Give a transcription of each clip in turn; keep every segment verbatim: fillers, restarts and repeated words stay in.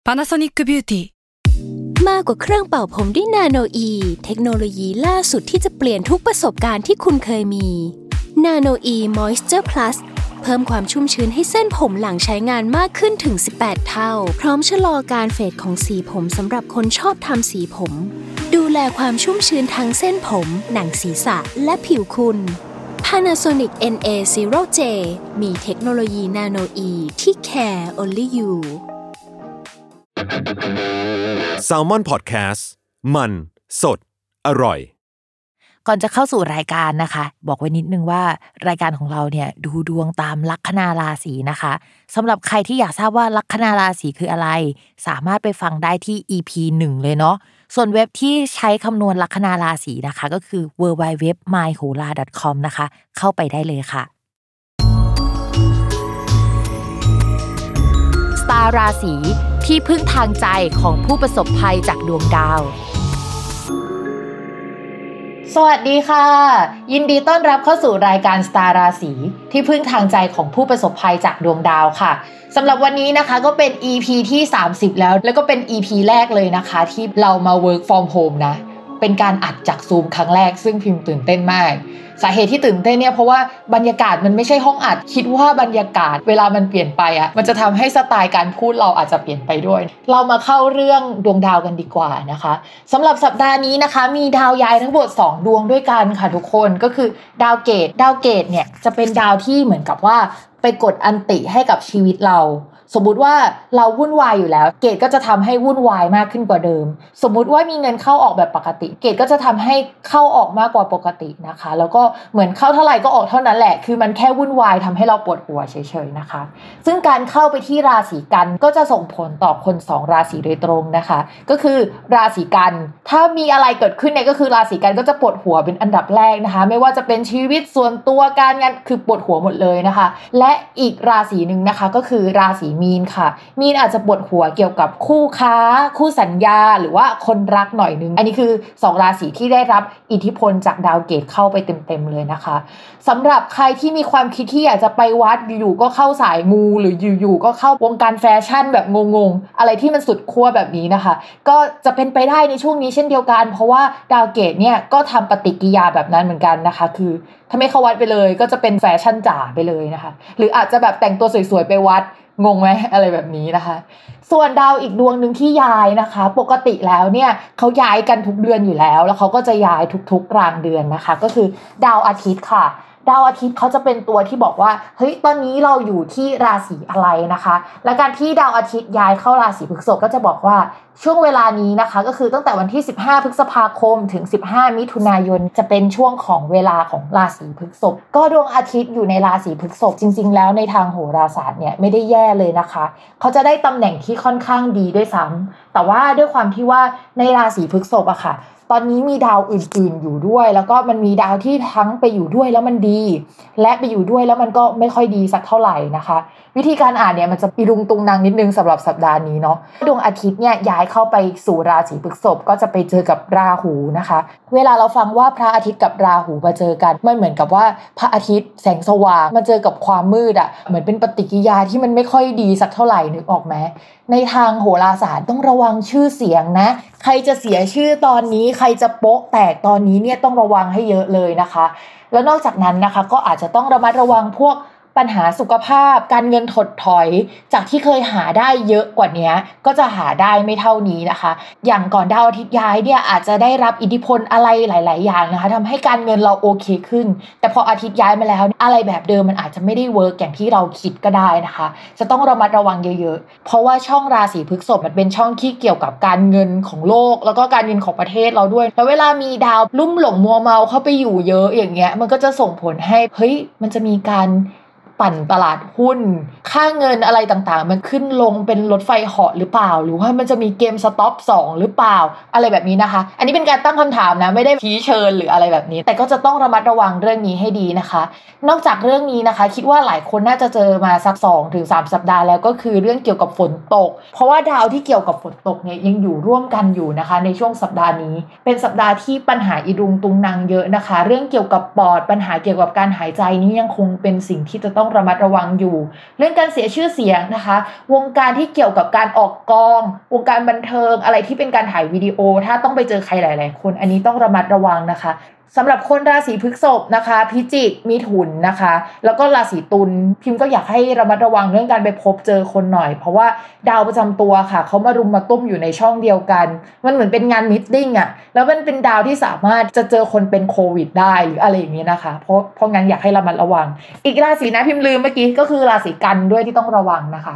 Panasonic Beauty มากกว่าเครื่องเป่าผมด้วยนาโนอีเทคโนโลยีล่าสุดที่จะเปลี่ยนทุกประสบการณ์ที่คุณเคยมีนาโนอีมอยส์เจอร์พลัสเพิ่มความชุ่มชื้นให้เส้นผมหลังใช้งานมากขึ้นถึงสิบแปดเท่าพร้อมชะลอการเฟดของสีผมสำหรับคนชอบทำสีผมดูแลความชุ่มชื้นทั้งเส้นผมหนังศีรษะและผิวคุณ Panasonic เอ็น เอ ศูนย์ เจ มีเทคโนโลยีนาโนอีที่ care only you Salmon Podcast มันสดอร่อยก่อนจะเข้าสู่รายการนะคะบอกไว้นิดนึงว่ารายการของเราเนี่ยดูดวงตามลัคนาราศีนะคะสำหรับใครที่อยากทราบว่าลัคนาราศีคืออะไรสามารถไปฟังได้ที่ อี พี หนึ่งเลยเนาะส่วนเว็บที่ใช้คำนวณลัคนาราศีนะคะก็คือ ดับเบิลยู ดับเบิลยู ดับเบิลยู ดอท มาย โหรา ดอท คอม นะคะเข้าไปได้เลยค่ะสตาร์ราศีที่พึ่งทางใจของผู้ประสบภัยจากดวงดาวสวัสดีค่ะยินดีต้อนรับเข้าสู่รายการสตาร์ราศีที่พึ่งทางใจของผู้ประสบภัยจากดวงดาวค่ะสำหรับวันนี้นะคะก็เป็น อี พี ที่สามสิบแล้วแล้วก็เป็น อี พี แรกเลยนะคะที่เรามา work from home นะเป็นการอัดจาก Zoom ครั้งแรกซึ่งพิมพ์ตื่นเต้นมากสาเหตุที่ตื่นเต้นเนี่ยเพราะว่าบรรยากาศมันไม่ใช่ห้องอัดคิดว่าบรรยากาศเวลามันเปลี่ยนไปอ่ะมันจะทำให้สไตล์การพูดเราอาจจะเปลี่ยนไปด้วยเรามาเข้าเรื่องดวงดาวกันดีกว่านะคะสำหรับสัปดาห์นี้นะคะมีดาวย้ายทั้งหมดสองดวงด้วยกันค่ะทุกคนก็คือดาวเกตดาวเกตเนี่ยจะเป็นดาวที่เหมือนกับว่าไปกดอันติให้กับชีวิตเราสมมุติว่าเราวุ่นวายอยู่แล้วเกตก็จะทำให้วุ่นวายมากขึ้นกว่าเดิมสมมุติว่ามีเงินเข้าออกแบบปกติเกตก็จะทำให้เข้าออกมากกว่าปกตินะคะแล้วก็เหมือนเข้าเท่าไหร่ก็ออกเท่านั้นแหละคือมันแค่วุ่นวายทำให้เราปวดหัวเฉยๆนะคะซึ่งการเข้าไปที่ราศีกันก็จะส่งผลต่อคนสองราศีโดยตรงนะคะก็คือราศีกันถ้ามีอะไรเกิดขึ้นเนี่ยก็คือราศีกันก็จะปวดหัวเป็นอันดับแรกนะคะไม่ว่าจะเป็นชีวิตส่วนตัวการงานคือปวดหัวหมดเลยนะคะและอีกราศีนึงนะคะก็คือราศีมีนค่ะมีนอาจจะปวดหัวเกี่ยวกับคู่ค้าคู่สัญญาหรือว่าคนรักหน่อยนึงอันนี้คือสองราศีที่ได้รับอิทธิพลจากดาวเกตเข้าไปเต็มๆเลยนะคะสำหรับใครที่มีความคิดที่อยากจะไปวัดอยู่ๆก็เข้าสายมูหรืออยู่ๆก็เข้าวงการแฟชั่นแบบงงๆอะไรที่มันสุดขั้วแบบนี้นะคะก็จะเป็นไปได้ในช่วงนี้เช่นเดียวกันเพราะว่าดาวเกตเนี่ยก็ทำปฏิกิริยาแบบนั้นเหมือนกันนะคะคือถ้าไม่เข้าวัดไปเลยก็จะเป็นแฟชั่นจ๋าไปเลยนะคะหรืออาจจะแบบแต่งตัวสวยๆไปวัดงงไหมอะไรแบบนี้นะคะส่วนดาวอีกดวงนึงที่ย้ายนะคะปกติแล้วเนี่ยเขาย้ายกันทุกเดือนอยู่แล้วแล้วเขาก็จะย้ายทุกๆกลางเดือนนะคะก็คือดาวอาทิตย์ค่ะดาวอาทิตย์เขาจะเป็นตัวที่บอกว่าเฮ้ยตอนนี้เราอยู่ที่ราศีอะไรนะคะและการที่ดาวอาทิตย์ย้ายเข้าราศีพฤษภก็จะบอกว่าช่วงเวลานี้นะคะก็คือตั้งแต่วันที่สิบห้าพฤษภาคมถึงสิบห้ามิถุนายนจะเป็นช่วงของเวลาของราศีพฤษภก็ดวงอาทิตย์อยู่ในราศีพฤษภจริงๆแล้วในทางโหราศาสตร์เนี่ยไม่ได้แย่เลยนะคะเขาจะได้ตำแหน่งที่ค่อนข้างดีด้วยซ้ำแต่ว่าด้วยความที่ว่าในราศีพฤษภอะค่ะตอนนี้มีดาวอื่นๆอยู่ด้วยแล้วก็มันมีดาวที่ทั้งไปอยู่ด้วยแล้วมันดีและไปอยู่ด้วยแล้วมันก็ไม่ค่อยดีสักเท่าไหร่นะคะวิธีการอ่านเนี่ยมันจะอีรุงตุงนางนิดนึงสำหรับสัปดาห์นี้เนาะดวงอาทิตย์เนี่ยย้ายเข้าไปสู่ราศีพฤษภก็จะไปเจอกับราหูนะคะเวลาเราฟังว่าพระอาทิตย์กับราหูมาเจอกันมันเหมือนกับว่าพระอาทิตย์แสงสว่างมาเจอกับความมืดอ่ะเหมือนเป็นปฏิกิริยาที่มันไม่ค่อยดีสักเท่าไหร่นึกออกไหมในทางโหราศาสตร์ต้องระวังชื่อเสียงนะใครจะเสียชื่อตอนนี้ใครจะโป๊ะแตกตอนนี้เนี่ยต้องระวังให้เยอะเลยนะคะแล้วนอกจากนั้นนะคะก็อาจจะต้องระมัดระวังพวกปัญหาสุขภาพการเงินถดถอยจากที่เคยหาได้เยอะกว่านี้ก็จะหาได้ไม่เท่านี้นะคะอย่างก่อนดาวอาทิตย์ย้ายเนี่ยอาจจะได้รับอิทธิพลอะไรหลายๆอย่างนะคะทำให้การเงินเราโอเคขึ้นแต่พออาทิตย์ย้ายมาแล้วอะไรแบบเดิมมันอาจจะไม่ได้เวิร์กอย่างที่เราคิดก็ได้นะคะจะต้องระมัดระวังเยอะๆเพราะว่าช่องราศีพฤษภมันเป็นช่องที่เกี่ยวกับการเงินของโลกแล้วก็การเงินของประเทศเราด้วยแล้วเวลามีดาวลุ่มหลงมัวเมาเข้าไปอยู่เยอะอย่างเงี้ยมันก็จะส่งผลให้เฮ้ยมันจะมีการปั่นตลาดหุ้นค่าเงินอะไรต่างๆมันขึ้นลงเป็นรถไฟเหาะหรือเปล่าหรือว่ามันจะมีเกมสต็อปสองหรือเปล่าอะไรแบบนี้นะคะอันนี้เป็นการตั้งคำถามนะไม่ได้ชี้เชิญหรืออะไรแบบนี้แต่ก็จะต้องระมัดระวังเรื่องนี้ให้ดีนะคะนอกจากเรื่องนี้นะคะคิดว่าหลายคนน่าจะเจอมาสัก สองถึงสาม สัปดาห์แล้วก็คือเรื่องเกี่ยวกับฝนตกเพราะว่าดาวที่เกี่ยวกับฝนตกเนี่ยยังอยู่ร่วมกันอยู่นะคะในช่วงสัปดาห์นี้เป็นสัปดาห์ที่ปัญหาอีรุงตุงนางเยอะนะคะเรื่องเกี่ยวกับปอดปัญหาเกี่ยวกับการหายใจนี่ยังคงเป็นสิ่งที่จะต้องระมัดระวังอยู่เรื่องการเสียชื่อเสียงนะคะวงการที่เกี่ยวกับการออกกองวงการบันเทิงอะไรที่เป็นการถ่ายวิดีโอถ้าต้องไปเจอใครหลายๆคนอันนี้ต้องระมัดระวังนะคะสำหรับคนราศีพฤษภนะคะพิจิกมิถุนนะคะแล้วก็ราศีตุลพิมพ์ก็อยากให้ระมัดระวังเรื่องการไปพบเจอคนหน่อยเพราะว่าดาวประจำตัวค่ะเขามารุมมาตุ้มอยู่ในช่องเดียวกันมันเหมือนเป็นงานมีตติ้งอ่ะแล้วมันเป็นดาวที่สามารถจะเจอคนเป็นโควิดได้หรืออะไรอย่างนี้นะคะเพราะเพราะงั้นอยากให้ระมัดระวังอีกราศีนะพิมพ์ลืมเมื่อกี้ก็คือราศีกันด้วยที่ต้องระวังนะคะ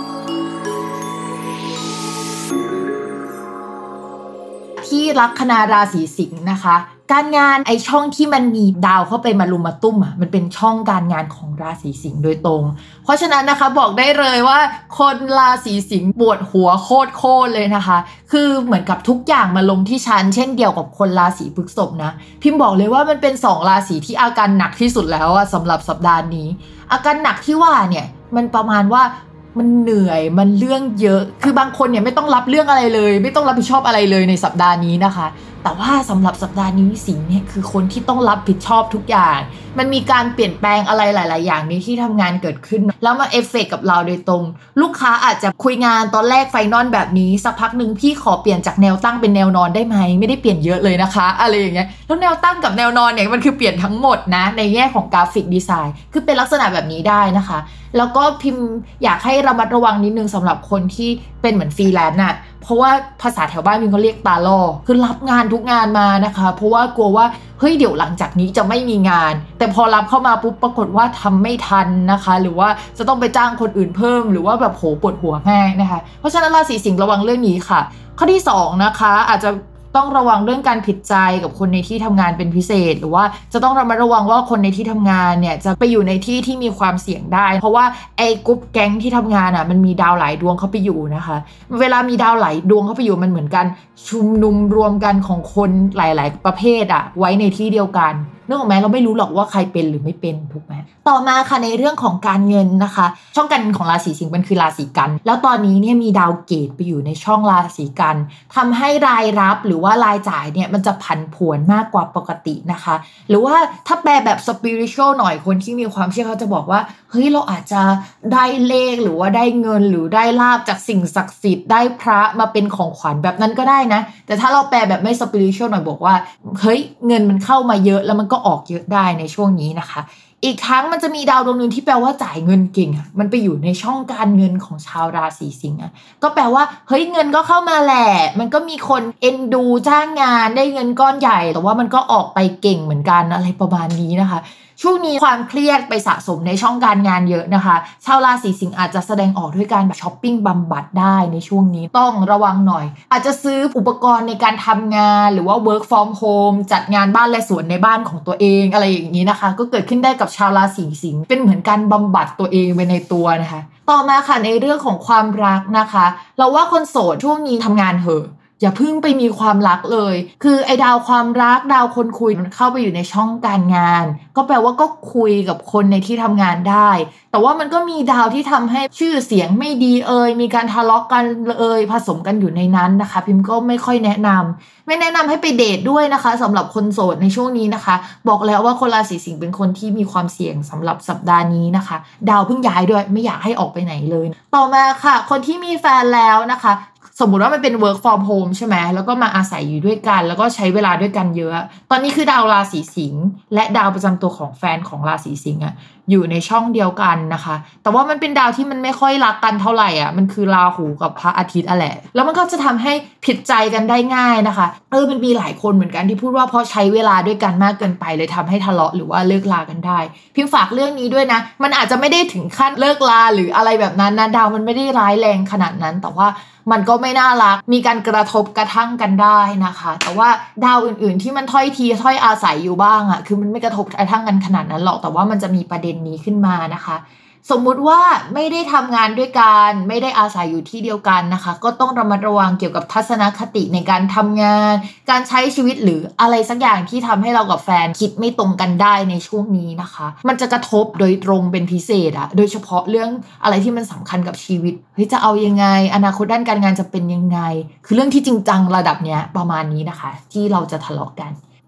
ที่ลัคนาราศีสิงห์นะคะการงานไอช่องที่มันมีดาวเข้าไปมารุมมาตุ้มอ่ะมันเป็นช่องการงานของราศีสิงห์โดยตรงเพราะฉะนั้นนะคะบอกได้เลยว่าคนราศีสิงห์ปวดหัวโคตรโคตรเลยนะคะคือเหมือนกับทุกอย่างมาลงที่ฉันเช่นเดียวกับคนราศีพฤษภนะพิมพ์บอกเลยว่ามันเป็นสองราศีที่อาการหนักที่สุดแล้วอ่ะสำหรับสัปดาห์นี้อาการหนักที่ว่าเนี่ยมันประมาณว่ามันเหนื่อยมันเรื่องเยอะคือบางคนเนี่ยไม่ต้องรับเรื่องอะไรเลยไม่ต้องรับผิดชอบอะไรเลยในสัปดาห์นี้นะคะแต่ว่าสำหรับสัปดาห์นี้สิงห์เนี่ยคือคนที่ต้องรับผิดชอบทุกอย่างมันมีการเปลี่ยนแปลงอะไรหลายๆอย่างนี้ที่ทำงานเกิดขึ้นแล้วมาเอฟเฟกต์กับเราโดยตรงลูกค้าอาจจะคุยงานตอนแรกไฟนอลแบบนี้สักพักนึงพี่ขอเปลี่ยนจากแนวตั้งเป็นแนวนอนได้ไหมไม่ได้เปลี่ยนเยอะเลยนะคะอะไรอย่างเงี้ยแล้วแนวตั้งกับแนวนอนเนี่ยมันคือเปลี่ยนทั้งหมดนะในแง่ของกราฟิกดีไซน์คือเป็นลักษณะแบบนี้ได้นะคะแล้วก็พิมพ์อยากให้ระมัดระวังนิดนึงสำหรับคนที่เป็นเหมือนฟรีแลนซ์น่ะเพราะว่าภาษาแถวบ้านพิมพ์เขาเรียกตาล่อคือรับงานทุกงานมานะคะเพราะว่ากลัวว่าเฮ้ยเดี๋ยวหลังจากนี้จะไม่มีงานแต่พอรับเข้ามาปุ๊บปรากฏว่าทำไม่ทันนะคะหรือว่าจะต้องไปจ้างคนอื่นเพิ่มหรือว่าแบบโหปวดหัวแม่นะคะเพราะฉะนั้นราศีสิงห์ระวังเรื่องนี้ค่ะข้อที่สองนะคะอาจจะต้องระวังเรื่องการผิดใจกับคนในที่ทำงานเป็นพิเศษหรือว่าจะต้องระมัดระวังว่าคนในที่ทำงานเนี่ยจะไปอยู่ในที่ที่มีความเสี่ยงได้เพราะว่าไอ้กรุ๊ปแก๊งที่ทำงานอ่ะมันมีดาวหลายดวงเข้าไปอยู่นะคะเวลามีดาวหลายดวงเข้าไปอยู่มันเหมือนกันชุมนุมรวมกันของคนหลายๆประเภทอ่ะไว้ในที่เดียวกันนึกออกไหมเราไม่รู้หรอกว่าใครเป็นหรือไม่เป็นถูกไหมต่อมาค่ะในเรื่องของการเงินนะคะช่องการเงินของราศีสิงห์มันคือราศีกันแล้วตอนนี้เนี่ยมีดาวเกตไปอยู่ในช่องราศีกันทำให้รายรับหรือว่ารายจ่ายเนี่ยมันจะผันผวนมากกว่าปกตินะคะหรือว่าถ้าแปลแบบสปิริตชัลหน่อยคนที่มีความเชื่อเขาจะบอกว่าเฮ้ยเราอาจจะได้เลขหรือว่าได้เงินหรือได้ลาภจากสิ่งศักดิ์สิทธิ์ได้พระมาเป็นของขวัญแบบนั้นก็ได้นะแต่ถ้าเราแปลแบบไม่สปิริตชัลหน่อยบอกว่าเฮ้ยเงินมันเข้ามาเยอะแล้วมันก็ออกเยอะได้ในช่วงนี้นะคะอีกทั้งมันจะมีดาวดวงนึงที่แปลว่าจ่ายเงินเก่งอ่ะมันไปอยู่ในช่องการเงินของชาวราศีสิงห์อ่ะก็แปลว่าเฮ้ยเงินก็เข้ามาแหละมันก็มีคนเอ็นดูจ้างงานได้เงินก้อนใหญ่แต่ว่ามันก็ออกไปเก่งเหมือนกันอะไรประมาณนี้นะคะช่วงนี้ความเครียดไปสะสมในช่องการงานเยอะนะคะชาวราศีสิงห์อาจจะแสดงออกด้วยการแบบช้อปปิ้งบำบัดได้ในช่วงนี้ต้องระวังหน่อยอาจจะซื้ออุปกรณ์ในการทำงานหรือว่า work from home จัดงานบ้านและสวนในบ้านของตัวเองอะไรอย่างนี้นะคะก็เกิดขึ้นได้กับชาวราศีสิงห์เป็นเหมือนการบำบัดตัวเองไปในตัวนะคะต่อมาค่ะในเรื่องของความรักนะคะเราว่าคนโสดช่วงนี้ทำงานเหอะอย่าเพิ่งไปมีความรักเลยคือไอ้ดาวความรักดาวคนคุยมันเข้าไปอยู่ในช่องการงานก็แปลว่าก็คุยกับคนในที่ทำงานได้แต่ว่ามันก็มีดาวที่ทำให้ชื่อเสียงไม่ดีเอ่ยมีการทะเลาะกันเอ่ยผสมกันอยู่ในนั้นนะคะพิมพ์ก็ไม่ค่อยแนะนำไม่แนะนำให้ไปเดทด้วยนะคะสำหรับคนโสดในช่วงนี้นะคะบอกแล้วว่าคนราศีสิงห์เป็นคนที่มีความเสี่ยงสำหรับสัปดาห์นี้นะคะดาวเพิ่งย้ายด้วยไม่อยากให้ออกไปไหนเลยต่อมาค่ะคนที่มีแฟนแล้วนะคะสมมุติว่ามันเป็น work from home ใช่ไหมแล้วก็มาอาศัยอยู่ด้วยกันแล้วก็ใช้เวลาด้วยกันเยอะตอนนี้คือดาวราศีสิงห์และดาวประจำตัวของแฟนของราศีสิงห์อ่ะอยู่ในช่องเดียวกันนะคะแต่ว่ามันเป็นดาวที่มันไม่ค่อยรักกันเท่าไหร่อ่ะมันคือราหูกับพระอาทิตย์อ่ะแหละแล้วมันก็จะทำให้ผิดใจกันได้ง่ายนะคะเออมันมีหลายคนเหมือนกันที่พูดว่าเพราะใช้เวลาด้วยกันมากเกินไปเลยทำให้ทะเลาะหรือว่าเลิกลากันได้พิมพ์ฝากเรื่องนี้ด้วยนะมันอาจจะไม่ได้ถึงขั้นเลิกลาหรืออะไรแบบนั้นนะดาวมันไม่ได้ร้ายแรงขนาดนั้นแต่ว่ามันก็ไม่น่ารักมีการกระทบกระทั่งกันได้นะคะแต่ว่าดาวอื่นๆที่มันถ้อยทีถ้อยอาศัยอยู่บ้างอ่ะคือมันไม่กระทบกระทั่งกันขนาดนั้นหรอกแต่ว่ามันจะมีประเด็นนี้ขึ้นมานะคะสมมุติว่าไม่ได้ทำงานด้วยกันไม่ได้อาศัยอยู่ที่เดียวกันนะคะก็ต้องระมัดระวังเกี่ยวกับทัศนคติในการทำงานการใช้ชีวิตหรืออะไรสักอย่างที่ทำให้เรากับแฟนคิดไม่ตรงกันได้ในช่วงนี้นะคะมันจะกระทบโดยตรงเป็นพิเศษอะโดยเฉพาะเรื่องอะไรที่มันสำคัญกับชีวิตเฮ้ยจะเอายังไงอนาคตด้านการงานจะเป็นยังไงคือเรื่องที่จริงจังระดับเนี้ยประมาณนี้นะคะที่เราจะทะเลาะกันโ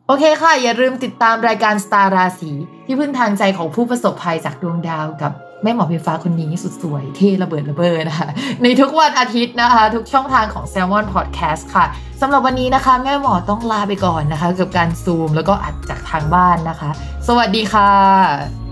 โอเคค่ะอย่าลืมติดตามรายการสตาร์ราศีที่พึ่งทางใจของผู้ประสบภัยจากดวงดาวกับแม่หมอเพฟ้าคนนี้สุดสวยเท่ระเบิดระเบ้อนะคะในทุกวันอาทิตย์นะคะทุกช่องทางของ Salmon Podcast ค่ะสำหรับวันนี้นะคะแม่หมอต้องลาไปก่อนนะคะกับการซูมแล้วก็อัดจากทางบ้านนะคะสวัสดีค่ะ